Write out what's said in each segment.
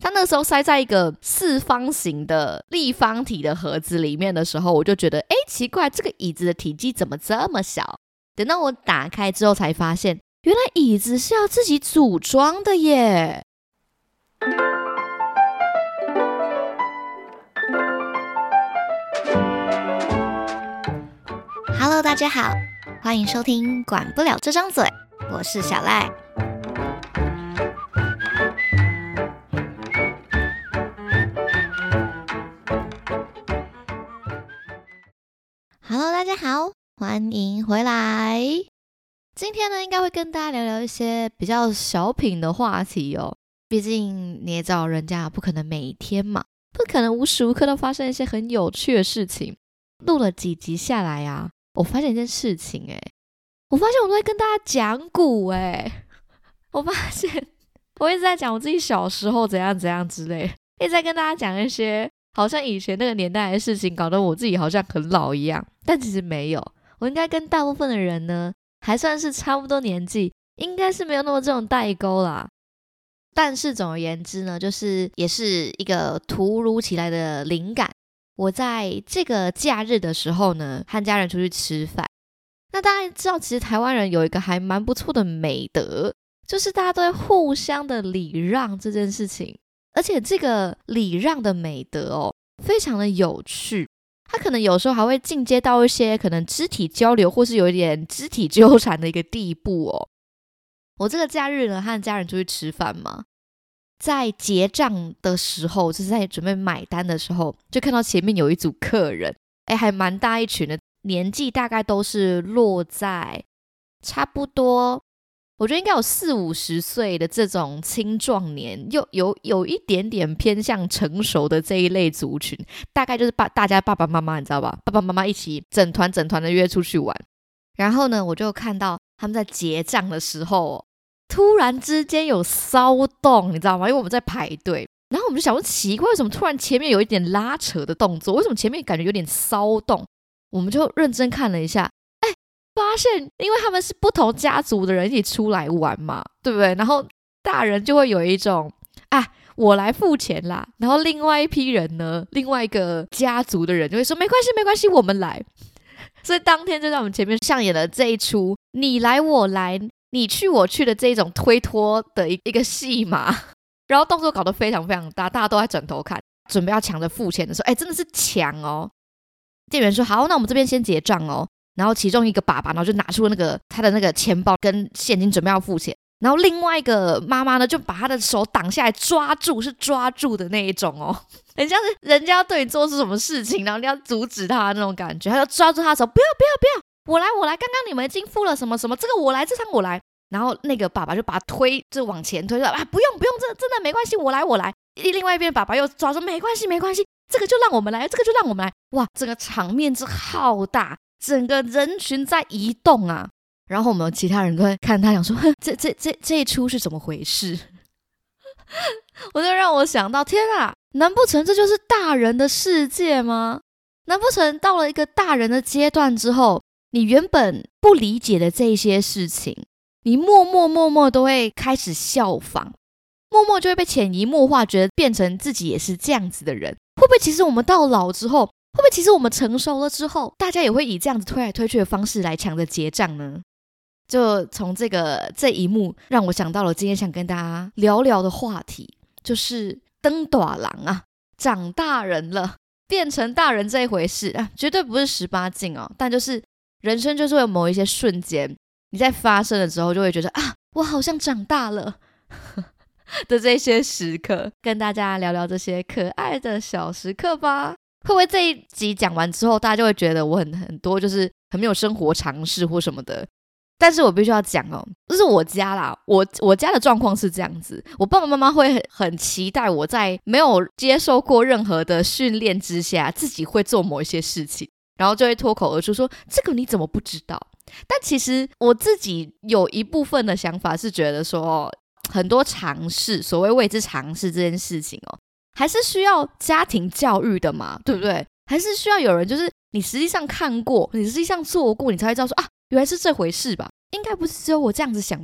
它那个时候塞在一个四方形的立方体的盒子里面的时候，我就觉得奇怪，这个椅子的体积怎么这么小？等到我打开之后才发现，原来椅子是要自己组装的耶。Hello， 大家好，欢迎收听《管不了这张嘴》，我是小赖。Hello， 大家好，欢迎回来。今天呢，应该会跟大家聊聊一些比较小品的话题哦。毕竟你也知道，人家不可能每天嘛，不可能无时无刻都发生一些很有趣的事情。录了几集下来啊，我发现一件事情我发现我都在跟大家讲古我发现我一直在讲我自己小时候怎样怎样之类，一直在跟大家讲一些好像以前那个年代的事情，搞得我自己好像很老一样，但其实没有，我应该跟大部分的人呢还算是差不多年纪，应该是没有那么这种代沟啦。但是总而言之呢，就是也是一个突如其来的灵感。我在这个假日的时候呢，和家人出去吃饭。那大家知道，其实台湾人有一个还蛮不错的美德，就是大家都会互相的礼让这件事情。而且这个礼让的美德非常的有趣。他可能有时候还会进阶到一些可能肢体交流，或是有一点肢体纠缠的一个地步我这个假日呢，和家人出去吃饭嘛，在结账的时候，就是在准备买单的时候，就看到前面有一组客人，还蛮大一群的，年纪大概都是落在差不多，我觉得应该有40-50岁的这种青壮年，又有一点点偏向成熟的这一类族群，大概就是大家爸爸妈妈，你知道吧？爸爸妈妈一起整团的约出去玩。然后呢，我就看到他们在结账的时候突然之间有骚动，你知道吗？因为我们在排队，然后我们就想说奇怪，为什么突然前面有一点拉扯的动作？为什么前面感觉有点骚动？我们就认真看了一下，发现因为他们是不同家族的人一起出来玩嘛，对不对？然后大人就会有一种我来付钱啦，然后另外一批人呢，另外一个家族的人就会说没关系，我们来。所以当天就在我们前面上演了这一出你来我来你去我去的这一种推脱的一个戏码，然后动作搞得非常非常大，大家都在转头看，准备要抢着付钱的时候，真的是抢店员说好，那我们这边先结账然后其中一个爸爸，然后就拿出他的那个钱包跟现金，准备要付钱。然后另外一个妈妈呢，就把他的手挡下来，抓住，是抓住的那一种很像是人家要对你做出什么事情，然后你要阻止他的那种感觉。他就抓住他的手，不要，我来，刚刚你们已经付了什么什么，这个我来，这场我来。然后那个爸爸就把他推，就往前推，不用，这真的没关系，我来。另外一边爸爸又抓说没关系，这个就让我们来，哇，整个场面之浩大，整个人群在移动啊。然后我们其他人都在看他，想说这一出是怎么回事？我就让我想到，天啊，难不成这就是大人的世界吗？难不成到了一个大人的阶段之后，你原本不理解的这些事情，你默默都会开始效仿，默默就会被潜移默化，觉得变成自己也是这样子的人。会不会其实我们到老之后，会不会其实我们成熟了之后，大家也会以这样子推来推去的方式来抢着结账呢？就从这一幕让我想到了今天想跟大家聊聊的话题，就是登大人啊，长大人了，变成大人这一回事绝对不是18禁但就是人生就是会有某一些瞬间，你在发生的时候就会觉得我好像长大了的这些时刻，跟大家聊聊这些可爱的小时刻吧。会不会这一集讲完之后，大家就会觉得我很多就是很没有生活常识或什么的？但是我必须要讲这是我家啦，我家的状况是这样子，我爸爸妈妈会很期待我在没有接受过任何的训练之下，自己会做某一些事情，然后就会脱口而出说这个你怎么不知道？但其实我自己有一部分的想法是觉得说，很多尝试，所谓未知尝试这件事情还是需要家庭教育的嘛，对不对？还是需要有人就是你实际上看过，你实际上做过，你才会知道说原来是这回事吧，应该不是只有我这样子想吧。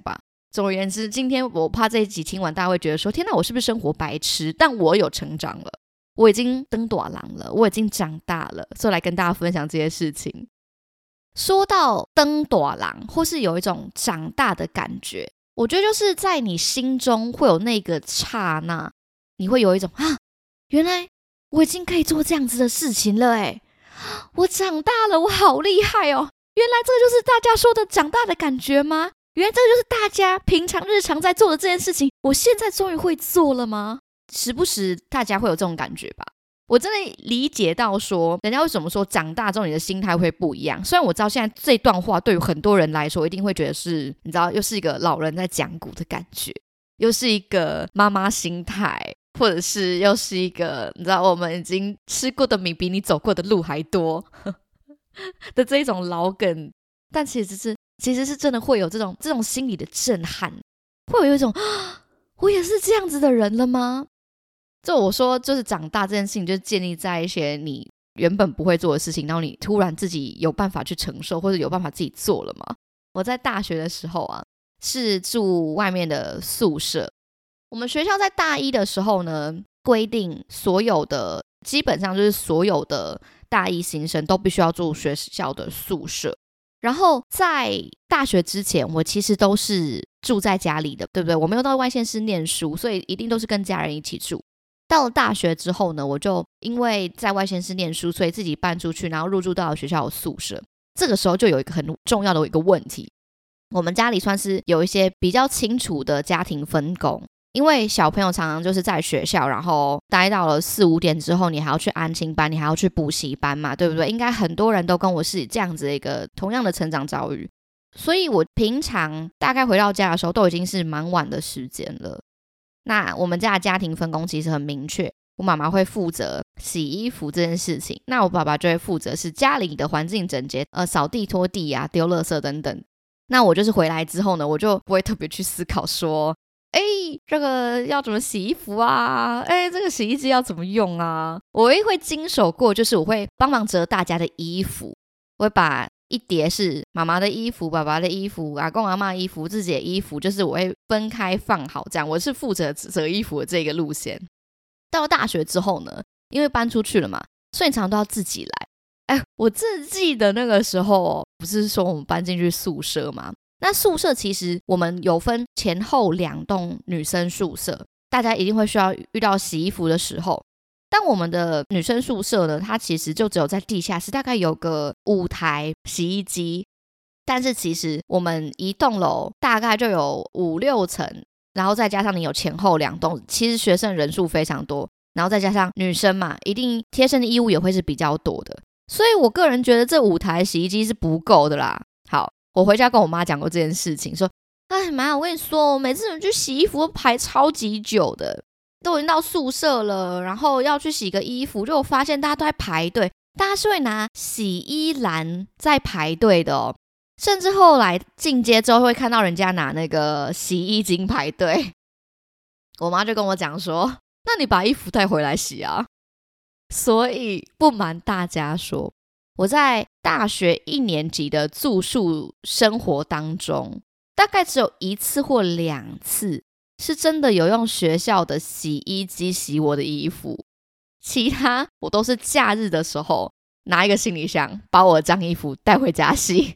总而言之，今天我怕这一集听完大家会觉得说，天哪，我是不是生活白痴？但我有成长了，我已经登大人了，我已经长大了，所以来跟大家分享这些事情。说到登大人或是有一种长大的感觉，我觉得就是在你心中会有那个刹那，你会有一种原来我已经可以做这样子的事情了耶，我长大了，我好厉害哦，原来这就是大家说的长大的感觉吗？原来这就是大家平常日常在做的这件事情，我现在终于会做了吗？时不时大家会有这种感觉吧。我真的理解到说人家为什么说长大之后你的心态会不一样，虽然我知道现在这段话对于很多人来说一定会觉得是你知道又是一个老人在讲古的感觉，又是一个妈妈心态，或者是又是一个你知道我们已经吃过的米比你走过的路还多的这一种老梗，但其实是真的会有这种心理的震撼，会有一种我也是这样子的人了吗？就我说就是长大这件事情就是建立在一些你原本不会做的事情，然后你突然自己有办法去承受，或者有办法自己做了嘛。我在大学的时候是住外面的宿舍，我们学校在大一的时候呢规定基本上就是所有的大一新生都必须要住学校的宿舍，然后在大学之前我其实都是住在家里的，对不对？我没有到外县市念书，所以一定都是跟家人一起住。到了大学之后呢，我就因为在外县市念书，所以自己搬出去，然后入住到了学校的宿舍。这个时候就有一个很重要的一个问题，我们家里算是有一些比较清楚的家庭分工，因为小朋友常常就是在学校，然后待到了4、5点之后，你还要去安亲班，你还要去补习班嘛，对不对？应该很多人都跟我是这样子的一个同样的成长遭遇，所以我平常大概回到家的时候都已经是蛮晚的时间了。那我们家的家庭分工其实很明确，我妈妈会负责洗衣服这件事情，那我爸爸就会负责是家里的环境整洁，扫地拖地啊，丢垃圾等等。那我就是回来之后呢，我就不会特别去思考说这个要怎么洗衣服啊，这个洗衣机要怎么用啊。我会经手过，就是我会帮忙折大家的衣服，我会把一叠是妈妈的衣服、爸爸的衣服、阿公阿嬷的衣服、自己的衣服，就是我会分开放好，这样我是负责折衣服的这个路线。到了大学之后呢，因为搬出去了嘛，所以常常都要自己来。我自记得那个时候不是说我们搬进去宿舍嘛，那宿舍其实我们有分前后2栋女生宿舍，大家一定会需要遇到洗衣服的时候。但我们的女生宿舍呢，它其实就只有在地下室大概有个5台洗衣机，但是其实我们一栋楼大概就有5、6层，然后再加上你有前后2栋，其实学生人数非常多，然后再加上女生嘛，一定贴身的衣物也会是比较多的，所以我个人觉得这5台洗衣机是不够的啦。好，我回家跟我妈讲过这件事情，说妈，我跟你说，每次去洗衣服都排超级久的，都已经到宿舍了，然后要去洗个衣服，就我发现大家都在排队，大家是会拿洗衣篮在排队的哦，甚至后来进阶之后会看到人家拿那个洗衣精排队。我妈就跟我讲说，那你把衣服带回来洗啊。所以不瞒大家说，我在大学1年级的住宿生活当中，大概只有1次或2次是真的有用学校的洗衣机洗我的衣服，其他我都是假日的时候拿一个行李箱把我的脏衣服带回家洗。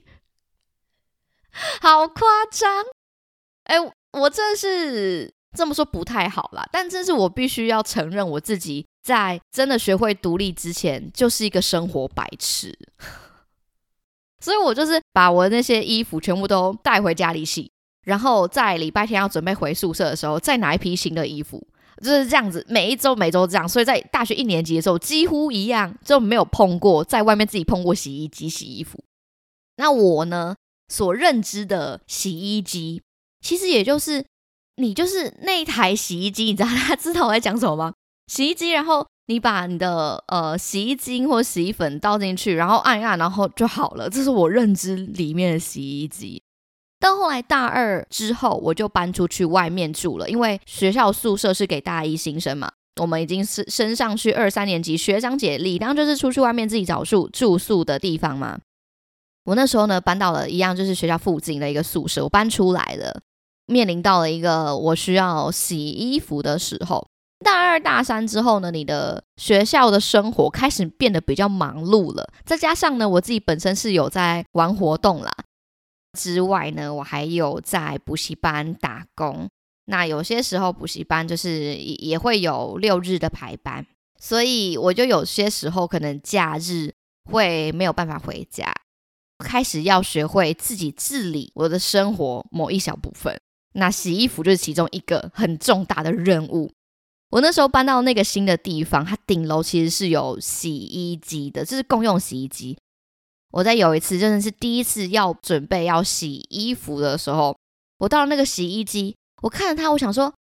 好夸张。我真的是这么说不太好啦，但真是我必须要承认我自己在真的学会独立之前就是一个生活白痴。所以我就是把我那些衣服全部都带回家里洗，然后在礼拜天要准备回宿舍的时候再拿一批新的衣服，就是这样子每一周这样。所以在大学1年级的时候几乎一样，就没有碰过在外面自己碰过洗衣机洗衣服。那我呢所认知的洗衣机其实也就是你就是那一台洗衣机，你知道我在讲什么吗？洗衣机，然后你把你的洗衣精或洗衣粉倒进去，然后按一按，然后就好了。这是我认知里面的洗衣机。到后来大2之后，我就搬出去外面住了，因为学校宿舍是给大一新生嘛，我们已经是升上去2、3年级，学长姐理当就是出去外面自己找住宿的地方嘛。我那时候呢搬到了一样就是学校附近的一个宿舍，我搬出来了。 面临到了一个我需要洗衣服的时候。大二大三之后呢，你的学校的生活开始变得比较忙碌了，再加上呢我自己本身是有在玩活动啦之外呢，我还有在补习班打工。那有些时候补习班就是也会有6日的排班，所以我就有些时候可能假日会没有办法回家，开始要学会自己治理我的生活某一小部分。那洗衣服就是其中一个很重大的任务。我那时候搬到那个新的地方，它顶楼其实是有洗衣机的，这是共用洗衣机。我在有一次真的是第一次要准备要洗衣服的时候，我到了那个洗衣机，我看着它，我想说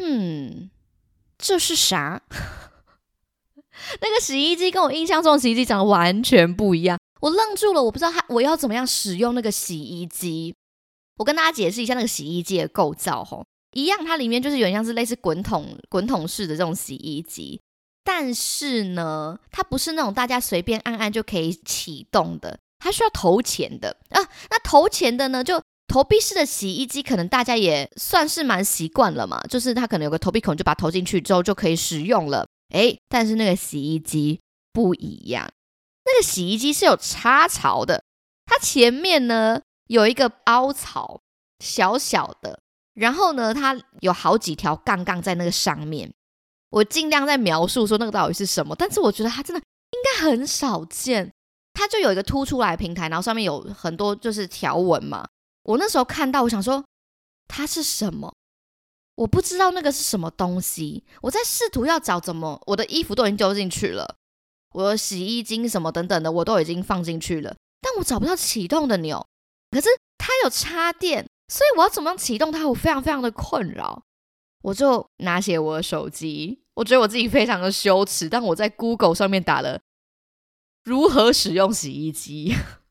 这是啥？那个洗衣机跟我印象中的洗衣机长得完全不一样，我愣住了，我不知道我要怎么样使用那个洗衣机。我跟大家解释一下那个洗衣机的构造吼，一样它里面就是有点像是类似滚筒式的这种洗衣机，但是呢它不是那种大家随便按按就可以启动的，它需要投钱的那投钱的呢，就投币式的洗衣机可能大家也算是蛮习惯了嘛，就是它可能有个投币孔，就把它投进去之后就可以使用了。但是那个洗衣机不一样，那个洗衣机是有插槽的，它前面呢有一个凹槽，小小的，然后呢它有好几条杠杠在那个上面。我尽量在描述说那个到底是什么，但是我觉得它真的应该很少见。它就有一个凸出来的平台，然后上面有很多就是条纹嘛。我那时候看到，我想说它是什么，我不知道那个是什么东西。我在试图要找怎么，我的衣服都已经丢进去了，我的洗衣精什么等等的我都已经放进去了，但我找不到启动的钮。可是它有插电，所以我要怎么样启动它，我非常非常的困扰。我就拿起我的手机，我觉得我自己非常的羞耻，但我在 Google 上面打了如何使用洗衣机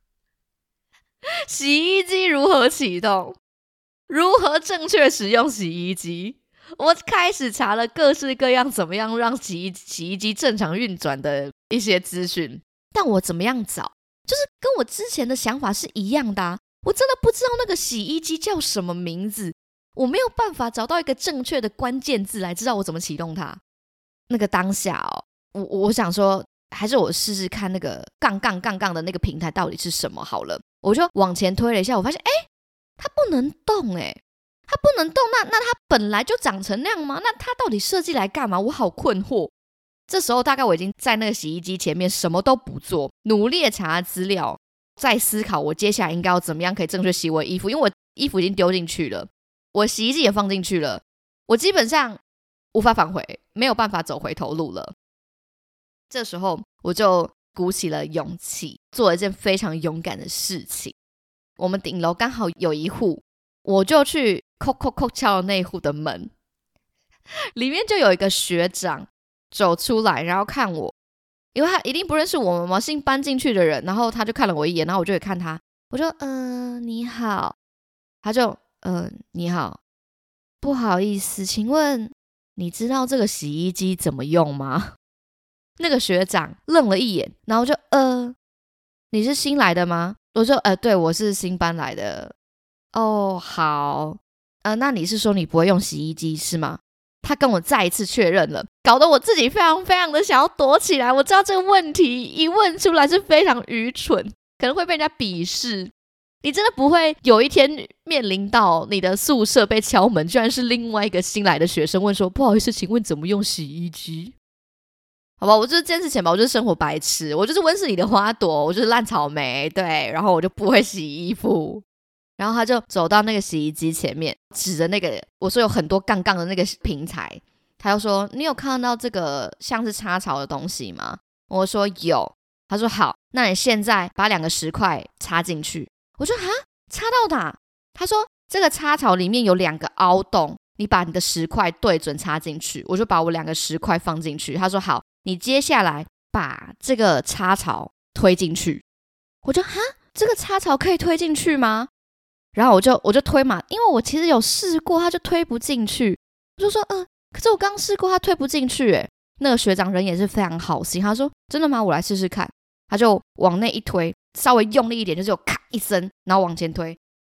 洗衣机如何启动，如何正确使用洗衣机。我开始查了各式各样怎么样让洗衣机正常运转的一些资讯，但我怎么样找就是跟我之前的想法是一样的我真的不知道那个洗衣机叫什么名字，我没有办法找到一个正确的关键字来知道我怎么启动它。那个当下我想说还是我试试看那个杠杠的那个平台到底是什么好了。我就往前推了一下，我发现它不能动它不能动，那它本来就长成那样吗？那它到底设计来干嘛？我好困惑。这时候大概我已经在那个洗衣机前面什么都不做，努力查资料，在思考我接下来应该要怎么样可以正确洗我的衣服。因为我衣服已经丢进去了，我洗衣机也放进去了，我基本上无法返回，没有办法走回头路了。这时候我就鼓起了勇气，做了一件非常勇敢的事情。我们顶楼刚好有一户，我就去敲了那一户的门，里面就有一个学长走出来，然后看我，因为他一定不认识我们嘛，新搬进去的人，然后他就看了我一眼，然后我就也看他，我就你好，他就你好，不好意思，请问你知道这个洗衣机怎么用吗？那个学长愣了一眼，然后就你是新来的吗？我说对，我是新搬来的。哦，好，那你是说你不会用洗衣机是吗？他跟我再一次确认了，搞得我自己非常非常的想要躲起来。我知道这个问题一问出来是非常愚蠢，可能会被人家鄙视。你真的不会有一天面临到你的宿舍被敲门，居然是另外一个新来的学生问说，不好意思，请问怎么用洗衣机？好吧，我就是坚持前吧，我就是生活白痴，我就是温室里的花朵，我就是烂草莓，对，然后我就不会洗衣服。然后他就走到那个洗衣机前面，指着那个我说有很多杠杠的那个平台，他就说你有看到这个像是插槽的东西吗？我说有。他说好，那你现在把2个10块插进去。我说插到哪？他说这个插槽里面有2个凹洞，你把你的10块对准插进去。我就把我2个10块放进去。他说好，你接下来把这个插槽推进去。我就这个插槽可以推进去吗？然后我就推嘛，因为我其实有试过，他就推不进去。我就说可是我刚试过，他推不进去耶。那个学长人也是非常好心，他说真的吗？我来试试看。他就往内一推，稍微用力一点，就是有咔一声，然后往前推，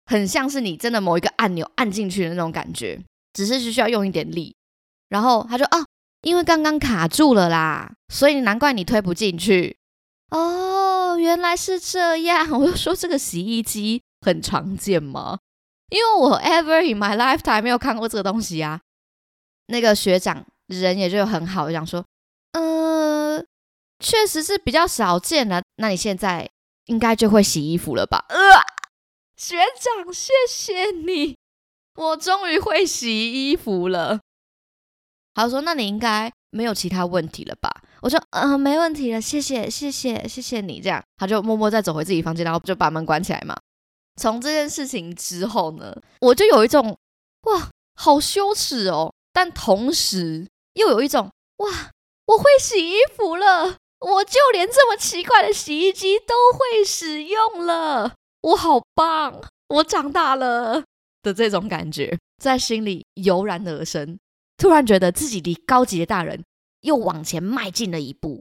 很像是你真的某一个按钮按进去的那种感觉，只是需要用一点力。然后他就因为刚刚卡住了啦，所以难怪你推不进去。原来是这样。我就说这个洗衣机很常见吗？因为我 ever in my lifetime 没有看过这个东西啊。那个学长人也就很好，讲说确实是比较少见了，那你现在应该就会洗衣服了吧？学长谢谢你，我终于会洗衣服了。他说那你应该没有其他问题了吧？我说没问题了，谢谢你。这样他就默默再走回自己房间，然后就把门关起来嘛。从这件事情之后呢，我就有一种哇好羞耻哦，但同时又有一种哇我会洗衣服了，我就连这么奇怪的洗衣机都会使用了，我好棒，我长大了的这种感觉在心里油然而生。突然觉得自己离高级的大人又往前迈进了一步。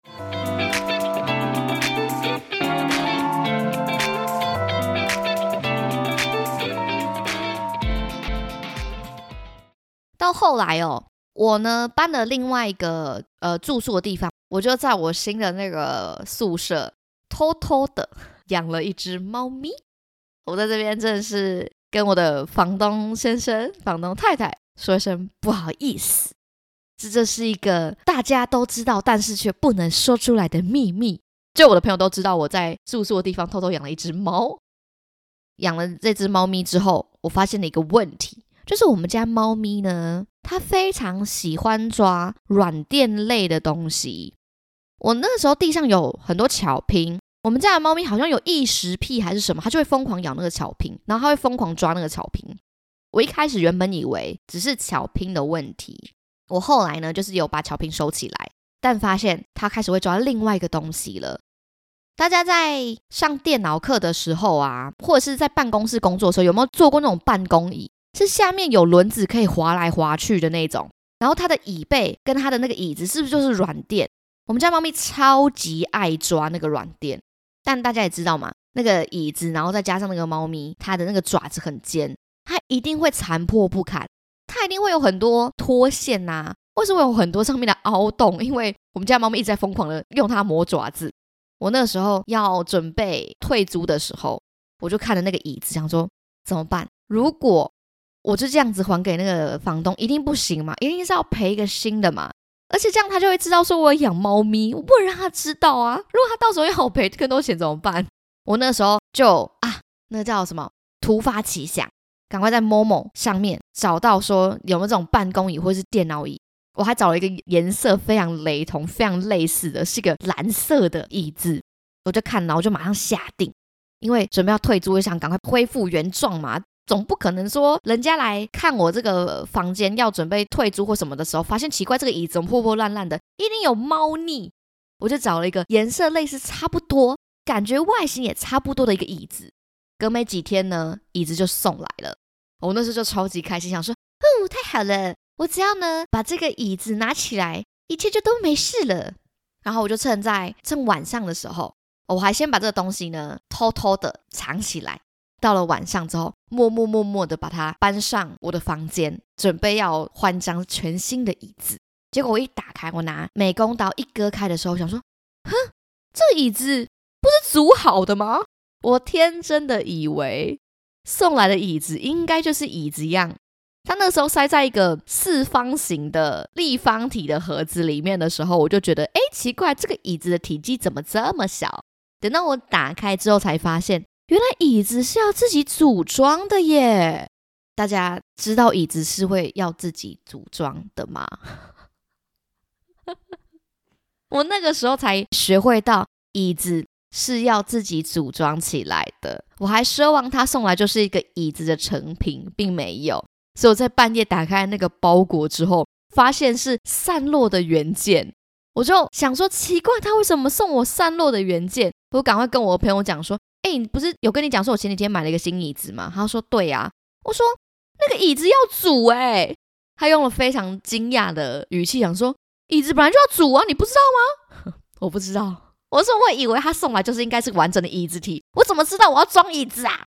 到后来我呢搬了另外一个住宿的地方，我就在我新的那个宿舍偷偷的养了一只猫咪。我在这边真的是跟我的房东先生、房东太太说一声不好意思，这是一个大家都知道但是却不能说出来的秘密。就我的朋友都知道我在住宿的地方偷偷养了一只猫。养了这只猫咪之后，我发现了一个问题，就是我们家猫咪呢，它非常喜欢抓软垫类的东西。我那个时候地上有很多巧拼，我们家的猫咪好像有异食癖还是什么，它就会疯狂咬那个巧拼，然后它会疯狂抓那个巧拼。我一开始原本以为只是巧拼的问题，我后来呢就是有把巧拼收起来，但发现它开始会抓另外一个东西了。大家在上电脑课的时候啊，或者是在办公室工作的时候，有没有坐过那种办公椅，是下面有轮子可以滑来滑去的那种，然后它的椅背跟它的那个椅子是不是就是软垫？我们家猫咪超级爱抓那个软垫，但大家也知道嘛，那个椅子然后再加上那个猫咪，它的那个爪子很尖，它一定会残破不堪，它一定会有很多脱线啊，或是会有很多上面的凹洞，因为我们家猫咪一直在疯狂的用它磨爪子。我那个时候要准备退租的时候，我就看了那个椅子，想说怎么办？如果我就这样子还给那个房东，一定不行嘛，一定是要赔一个新的嘛。而且这样他就会知道说我养猫咪，我不能让他知道啊。如果他到时候要我赔更多钱怎么办？我那时候就那叫什么突发奇想，赶快在 Momo 上面找到说有没有这种办公椅或是电脑椅。我还找了一个颜色非常雷同、非常类似的，是一个蓝色的椅子。我就看，然后我就马上下定，因为准备要退租，我想赶快恢复原状嘛。总不可能说人家来看我这个房间要准备退租或什么的时候，发现奇怪这个椅子怎么破破烂烂的，一定有猫腻。我就找了一个颜色类似差不多，感觉外形也差不多的一个椅子。隔没几天呢，椅子就送来了。我那时候就超级开心，想说太好了，我只要呢把这个椅子拿起来，一切就都没事了。然后我就趁晚上的时候，我还先把这个东西呢偷偷的藏起来。到了晚上之后，默默的把它搬上我的房间，准备要换张全新的椅子。结果我一打开，我拿美工刀一割开的时候，想说这个椅子不是组好的吗？我天真的以为送来的椅子应该就是椅子样。他那时候塞在一个四方形的立方体的盒子里面的时候，我就觉得奇怪，这个椅子的体积怎么这么小？等到我打开之后才发现，原来椅子是要自己组装的耶。大家知道椅子是会要自己组装的吗？我那个时候才学会到椅子是要自己组装起来的，我还奢望他送来就是一个椅子的成品，并没有。所以我在半夜打开那个包裹之后，发现是散落的原件。我就想说奇怪，他为什么送我散落的原件？我赶快跟我的朋友讲说你不是有跟你讲说我前几天买了一个新椅子吗？他说对啊。我说那个椅子要组他用了非常惊讶的语气讲说椅子本来就要组啊，你不知道吗？我不知道。我说我以为他送来就是应该是完整的椅子体，我怎么知道我要装椅子啊？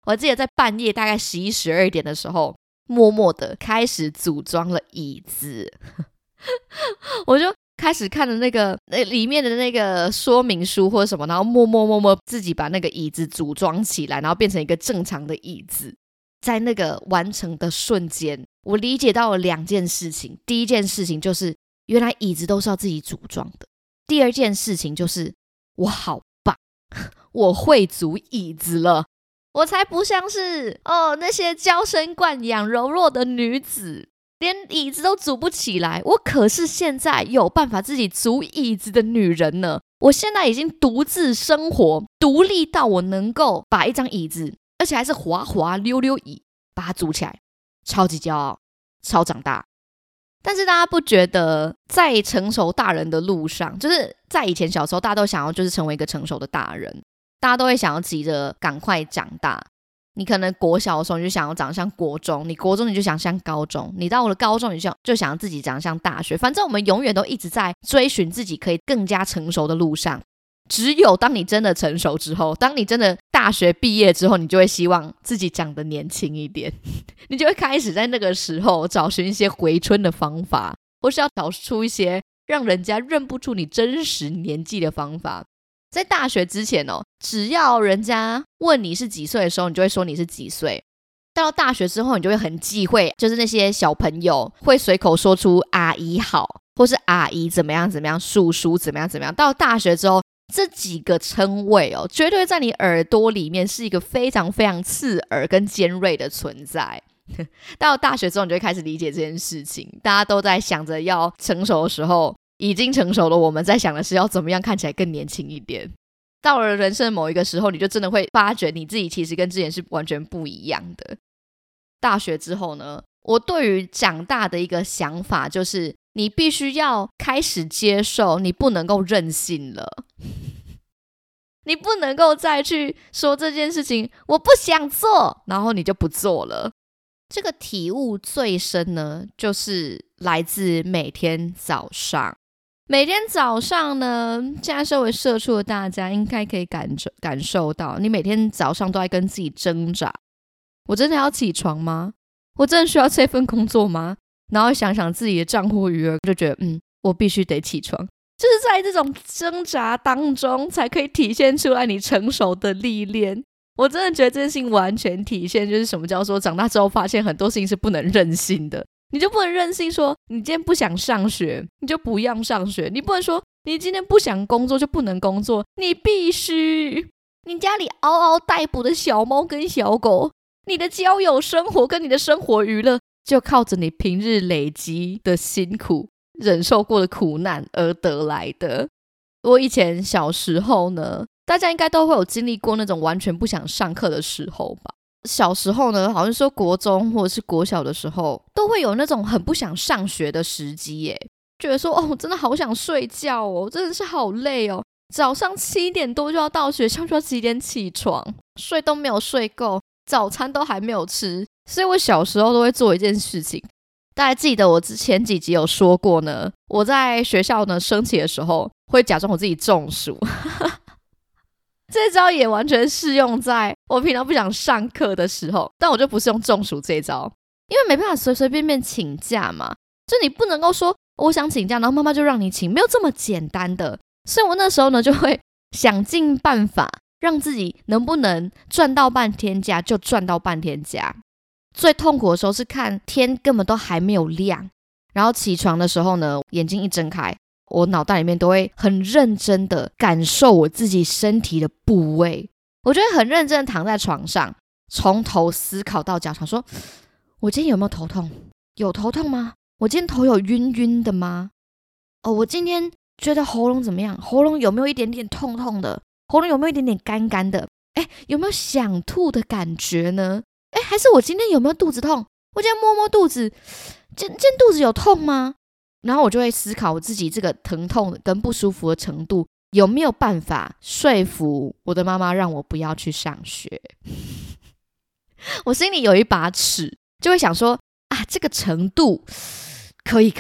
我还记得在半夜大概11、12点的时候，默默的开始组装了椅子。我就开始看了那个里面的那个说明书或者什么，然后默默自己把那个椅子组装起来，然后变成一个正常的椅子。在那个完成的瞬间，我理解到了2件事情。第一件事情就是原来椅子都是要自己组装的。第二件事情就是我好棒，我会组椅子了。我才不像是那些娇生惯养柔弱的女子，连椅子都组不起来。我可是现在有办法自己组椅子的女人呢。我现在已经独自生活，独立到我能够把一张椅子，而且还是滑滑溜溜椅，把它组起来，超级骄傲，超长大。但是大家不觉得在成熟大人的路上，就是在以前小时候大家都想要就是成为一个成熟的大人，大家都会想要急着赶快长大。你可能国小的时候你就想要长得像国中，你国中你就想像高中，你到了高中你就想要自己长得像大学。反正我们永远都一直在追寻自己可以更加成熟的路上。只有当你真的成熟之后，当你真的大学毕业之后，你就会希望自己长得年轻一点。你就会开始在那个时候找寻一些回春的方法，或是要找出一些让人家认不出你真实年纪的方法。在大学之前只要人家问你是几岁的时候，你就会说你是几岁。到了大学之后，你就会很忌讳，就是那些小朋友会随口说出阿姨好，或是阿姨怎么样怎么样，叔叔怎么样怎么样。到了大学之后，这几个称谓绝对在你耳朵里面是一个非常非常刺耳跟尖锐的存在。到了大学之后，你就会开始理解这件事情。大家都在想着要成熟的时候，已经成熟了，我们在想的是要怎么样看起来更年轻一点。到了人生某一个时候，你就真的会发觉你自己其实跟之前是完全不一样的。大学之后呢，我对于长大的一个想法就是你必须要开始接受你不能够任性了。你不能够再去说这件事情我不想做，然后你就不做了。这个体悟最深呢，就是来自每天早上。每天早上呢，现在身为社畜的大家应该可以感受到，你每天早上都在跟自己挣扎。我真的要起床吗？我真的需要这份工作吗？然后想想自己的账户余额，就觉得我必须得起床。就是在这种挣扎当中才可以体现出来你成熟的历练。我真的觉得这件事情完全体现就是什么叫做长大之后发现很多事情是不能任性的。你就不能任性说你今天不想上学你就不要上学，你不能说你今天不想工作就不能工作，你必须。你家里嗷嗷待哺的小猫跟小狗，你的交友生活跟你的生活娱乐就靠着你平日累积的辛苦忍受过的苦难而得来的。我以前小时候呢，大家应该都会有经历过那种完全不想上课的时候吧。小时候呢，好像说国中或者是国小的时候，都会有那种很不想上学的时机耶，觉得说真的好想睡觉真的是好累早上7点多就要到学校，就要几点起床，睡都没有睡够，早餐都还没有吃。所以我小时候都会做一件事情，大家记得我前几集有说过呢，我在学校呢升旗的时候会假装我自己中暑这招也完全适用在我平常不想上课的时候，但我就不是用中暑这一招，因为没办法随随便便请假嘛，就你不能够说我想请假然后妈妈就让你请，没有这么简单的。所以我那时候呢就会想尽办法让自己能不能赚到半天假就赚到半天假。最痛苦的时候是看天根本都还没有亮，然后起床的时候呢，眼睛一睁开，我脑袋里面都会很认真的感受我自己身体的部位，我就会很认真的躺在床上，从头思考到脚，想说我今天有没有头痛？有头痛吗？我今天头有晕晕的吗？我今天觉得喉咙怎么样？喉咙有没有一点点痛痛的？喉咙有没有一点点干干的？有没有想吐的感觉呢？还是我今天有没有肚子痛？我今天摸摸肚子，今天肚子有痛吗？然后我就会思考我自己这个疼痛跟不舒服的程度有没有办法说服我的妈妈让我不要去上学我心里有一把尺，就会想说这个程度可以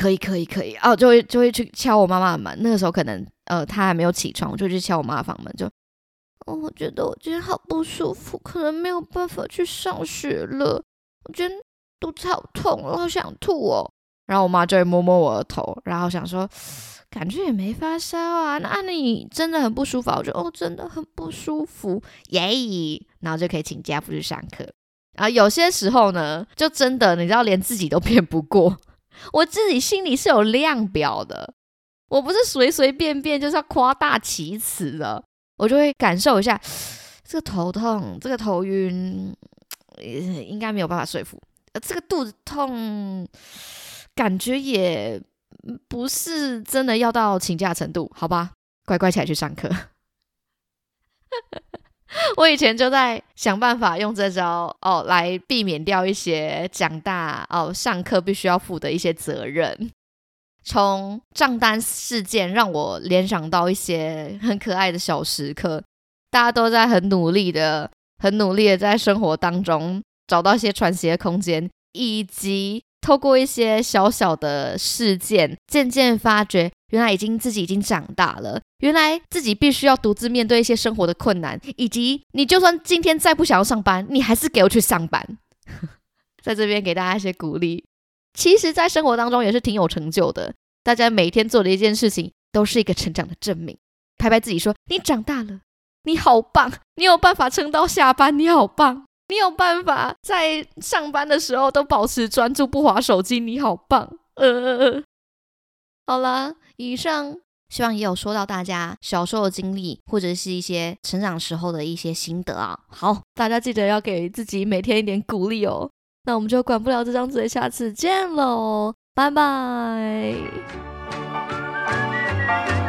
就会去敲我妈妈的门。那个时候可能她还没有起床，我就去敲我妈的房门，就我觉得我今天好不舒服，可能没有办法去上学了。我今天肚子好痛，我好想吐哦。然后我妈就会摸摸我的头，然后想说，感觉也没发烧啊。那你真的很不舒服啊？我就真的很不舒服，耶！然后就可以请假不去上课。然后有些时候呢，就真的你知道，连自己都骗不过。我自己心里是有量表的，我不是随随便便就是要夸大其词的。我就会感受一下这个头痛，这个头晕，应该没有办法说服。这个肚子痛，感觉也不是真的要到请假程度，好吧，乖乖起来去上课。我以前就在想办法用这招来避免掉一些长大上课必须要负的一些责任。从账单事件让我联想到一些很可爱的小时刻，大家都在很努力的在生活当中找到一些喘息的空间，以及透过一些小小的事件，渐渐发觉原来自己已经长大了，原来自己必须要独自面对一些生活的困难，以及你就算今天再不想要上班，你还是给我去上班。在这边给大家一些鼓励，其实在生活当中也是挺有成就的，大家每天做的一件事情都是一个成长的证明，拍拍自己说你长大了，你好棒，你有办法撑到下班，你好棒，你有办法在上班的时候都保持专注不滑手机，你好棒。好啦，以上希望也有说到大家小时候的经历，或者是一些成长时候的一些心得啊。好，大家记得要给自己每天一点鼓励哦。那我们就管不了这张嘴，下次见喽，拜拜。